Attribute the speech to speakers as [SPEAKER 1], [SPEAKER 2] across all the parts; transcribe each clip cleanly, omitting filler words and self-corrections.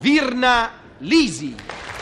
[SPEAKER 1] Virna Lisi.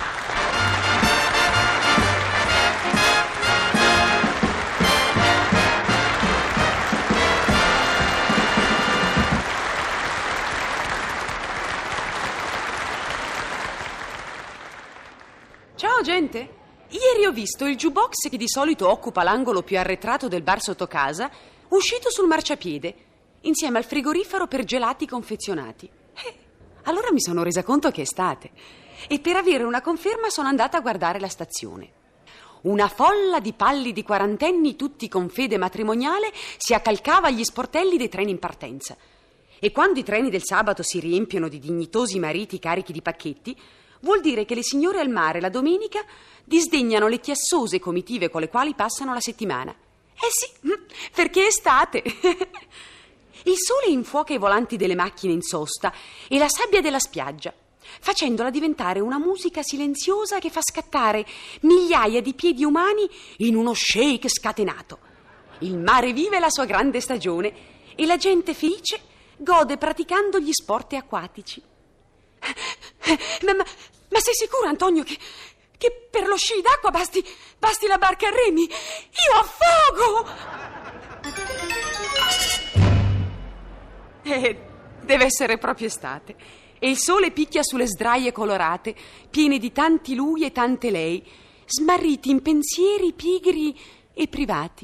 [SPEAKER 2] Ciao gente! Ieri ho visto il jukebox che di solito occupa l'angolo più arretrato del bar sotto casa uscito sul marciapiede insieme al frigorifero per gelati confezionati. Allora mi sono resa conto che è estate e per avere una conferma sono andata a guardare la stazione. Una folla di pallidi quarantenni, tutti con fede matrimoniale, si accalcava agli sportelli dei treni in partenza. E quando i treni del sabato si riempiono di dignitosi mariti carichi di pacchetti, vuol dire che le signore al mare la domenica disdegnano le chiassose comitive con le quali passano la settimana. Sì, perché è estate. Il sole infuoca i volanti delle macchine in sosta e la sabbia della spiaggia, facendola diventare una musica silenziosa che fa scattare migliaia di piedi umani in uno shake scatenato. Il mare vive la sua grande stagione e la gente felice gode praticando gli sport acquatici. Ma sei sicuro, Antonio, che per lo sci d'acqua basti la barca a remi? Io affogo! Deve essere proprio estate e il sole picchia sulle sdraie colorate, piene di tanti lui e tante lei, smarriti in pensieri pigri e privati.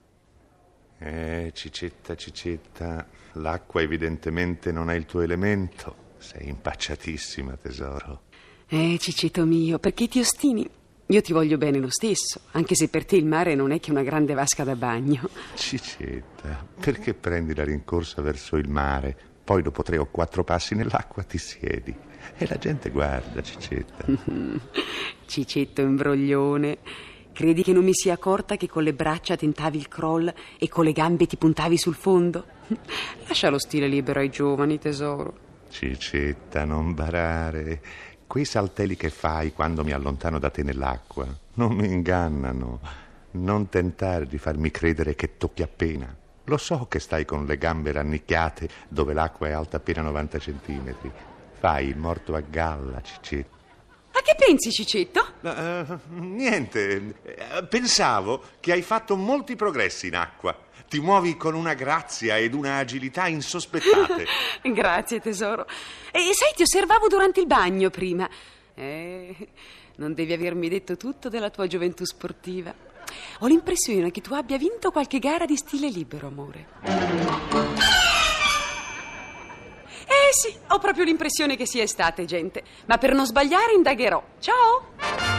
[SPEAKER 3] Cicetta, l'acqua evidentemente non è il tuo elemento. Sei impacciatissima, tesoro.
[SPEAKER 2] Cicetto mio, perché ti ostini? Io ti voglio bene lo stesso, anche se per te il mare non è che una grande vasca da bagno.
[SPEAKER 3] Cicetta, perché prendi la rincorsa verso il mare? Poi dopo 3 o 4 passi nell'acqua ti siedi e la gente guarda, Cicetta.
[SPEAKER 2] Cicetto imbroglione, credi che non mi sia accorta che con le braccia tentavi il crawl e con le gambe ti puntavi sul fondo? Lascia lo stile libero ai giovani, tesoro.
[SPEAKER 3] Cicetta, non barare. Quei saltelli che fai quando mi allontano da te nell'acqua non mi ingannano. Non tentare di farmi credere che tocchi appena. Lo so che stai con le gambe rannicchiate dove l'acqua è alta appena 90 centimetri. Fai il morto a galla, Cicetta.
[SPEAKER 2] A che pensi, Cicetto?
[SPEAKER 3] Niente. Pensavo che hai fatto molti progressi in acqua. Ti muovi con una grazia ed una agilità insospettate.
[SPEAKER 2] Grazie, tesoro. E sai, ti osservavo durante il bagno prima. Non devi avermi detto tutto della tua gioventù sportiva. Ho l'impressione che tu abbia vinto qualche gara di stile libero, amore. Sì, ho proprio l'impressione che sia estate, gente. Ma per non sbagliare indagherò. Ciao!